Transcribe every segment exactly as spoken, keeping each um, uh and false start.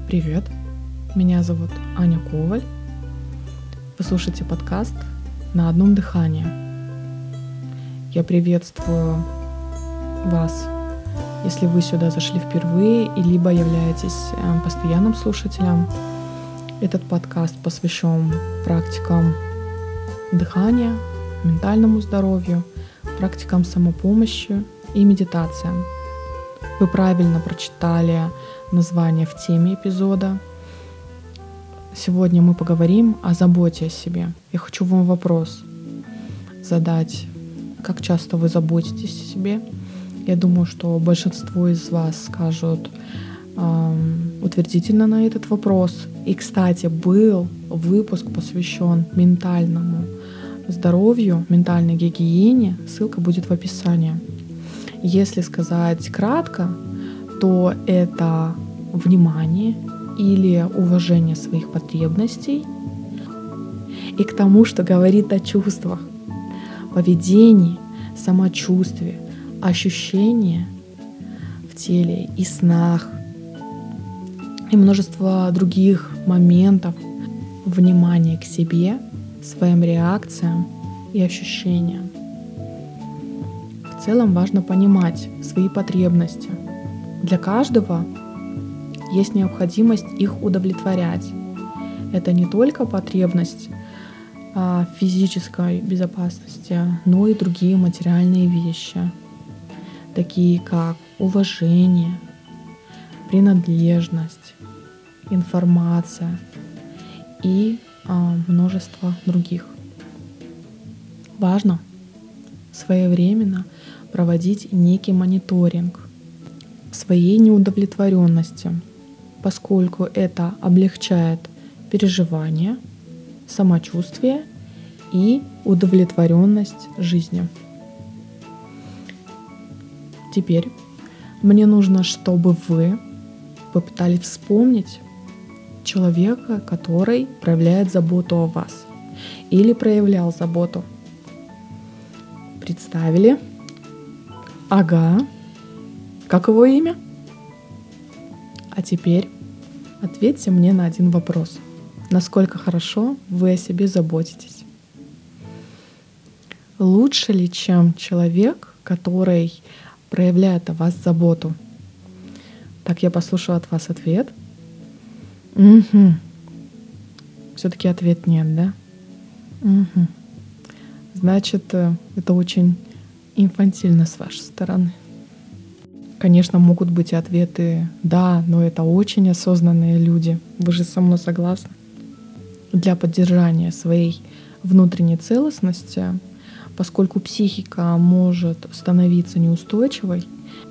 Привет, меня зовут Аня Коваль. Вы слушаете подкаст «На одном дыхании». Я приветствую вас, если вы сюда зашли впервые, и либо являетесь постоянным слушателем. Этот подкаст посвящен практикам дыхания, ментальному здоровью, практикам самопомощи и медитациям. Вы правильно прочитали название в теме эпизода. Сегодня мы поговорим о заботе о себе. Я хочу вам вопрос задать. Как часто вы заботитесь о себе? Я думаю, что большинство из вас скажут э, утвердительно на этот вопрос. И, кстати, был выпуск, посвящен ментальному здоровью, ментальной гигиене. Ссылка будет в описании. Если сказать кратко, то это внимание или уважение своих потребностей и к тому, что говорит о чувствах, поведении, самочувствии, ощущения в теле и снах, и множество других моментов внимания к себе, своим реакциям и ощущениям. В целом важно понимать свои потребности. Для каждого есть необходимость их удовлетворять. Это не только потребность а, физической безопасности, но и другие материальные вещи, такие как уважение, принадлежность, информация и а, множество других. Важно своевременно проводить некий мониторинг своей неудовлетворенности, поскольку это облегчает переживание, самочувствие и удовлетворенность жизнью. Теперь мне нужно, чтобы вы попытались вспомнить человека, который проявляет заботу о вас или проявлял заботу. Представили? Ага. Как его имя? А теперь ответьте мне на один вопрос. Насколько хорошо вы о себе заботитесь? Лучше ли, чем человек, который проявляет о вас заботу? Так, я послушаю от вас ответ. Угу. Все-таки ответ нет, да? Угу. Значит, это очень инфантильно с вашей стороны. Конечно, могут быть ответы «да», но это очень осознанные люди. Вы же со мной согласны? Для поддержания своей внутренней целостности, поскольку психика может становиться неустойчивой,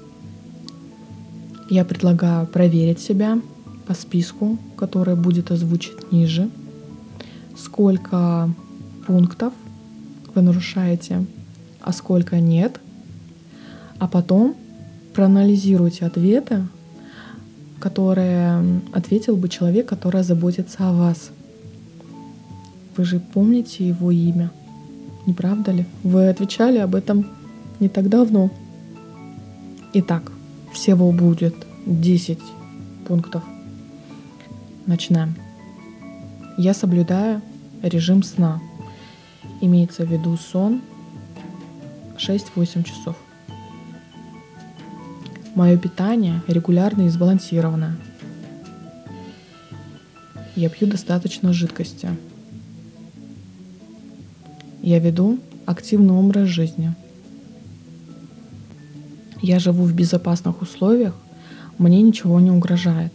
я предлагаю проверить себя по списку, который будет озвучен ниже, сколько пунктов вы нарушаете, а сколько нет, а потом проанализируйте ответы, которые ответил бы человек, который заботится о вас. Вы же помните его имя, не правда ли? Вы отвечали об этом не так давно. Итак, всего будет десять пунктов. Начинаем. Я соблюдаю режим сна. Имеется в виду сон шесть-восемь часов. Мое питание регулярно и сбалансированное. Я пью достаточно жидкости. Я веду активный образ жизни. Я живу в безопасных условиях, мне ничего не угрожает.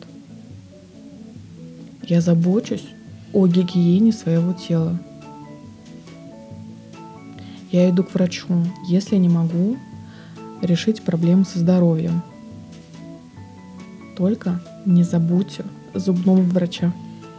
Я забочусь о гигиене своего тела. Я иду к врачу, если не могу решить проблемы со здоровьем. Только не забудьте зубного врача.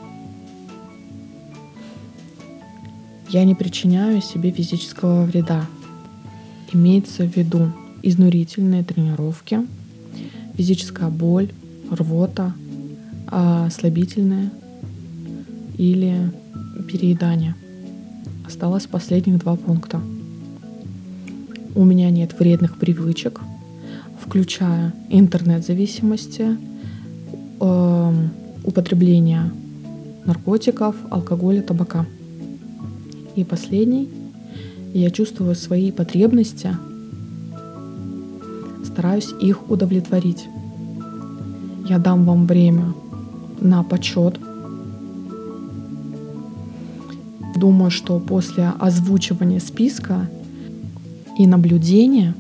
Я не причиняю себе физического вреда. Имеется в виду изнурительные тренировки, физическая боль, рвота, слабительное или переедание. Осталось последних два пункта. У меня нет вредных привычек, включая интернет-зависимости, э, употребления наркотиков, алкоголя, табака. И последний. Я чувствую свои потребности, стараюсь их удовлетворить. Я дам вам время на подсчет. Думаю, что после озвучивания списка и наблюдения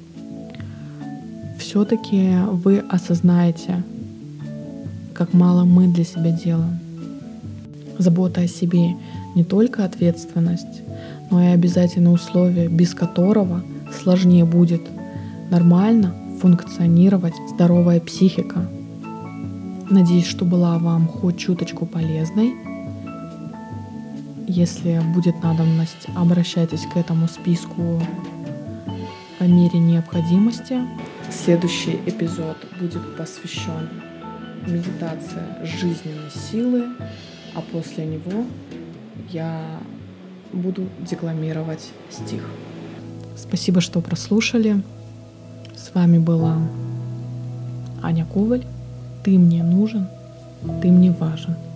все-таки вы осознаете, как мало мы для себя делаем. Забота о себе не только ответственность, но и обязательное условие, без которого сложнее будет нормально функционировать здоровая психика. Надеюсь, что была вам хоть чуточку полезной. Если будет надобность, обращайтесь к этому списку по мере необходимости. Следующий эпизод будет посвящен медитации жизненной силы, а после него я буду декламировать стих. Спасибо, что прослушали. С вами была Аня Коваль. Ты мне нужен, ты мне важен.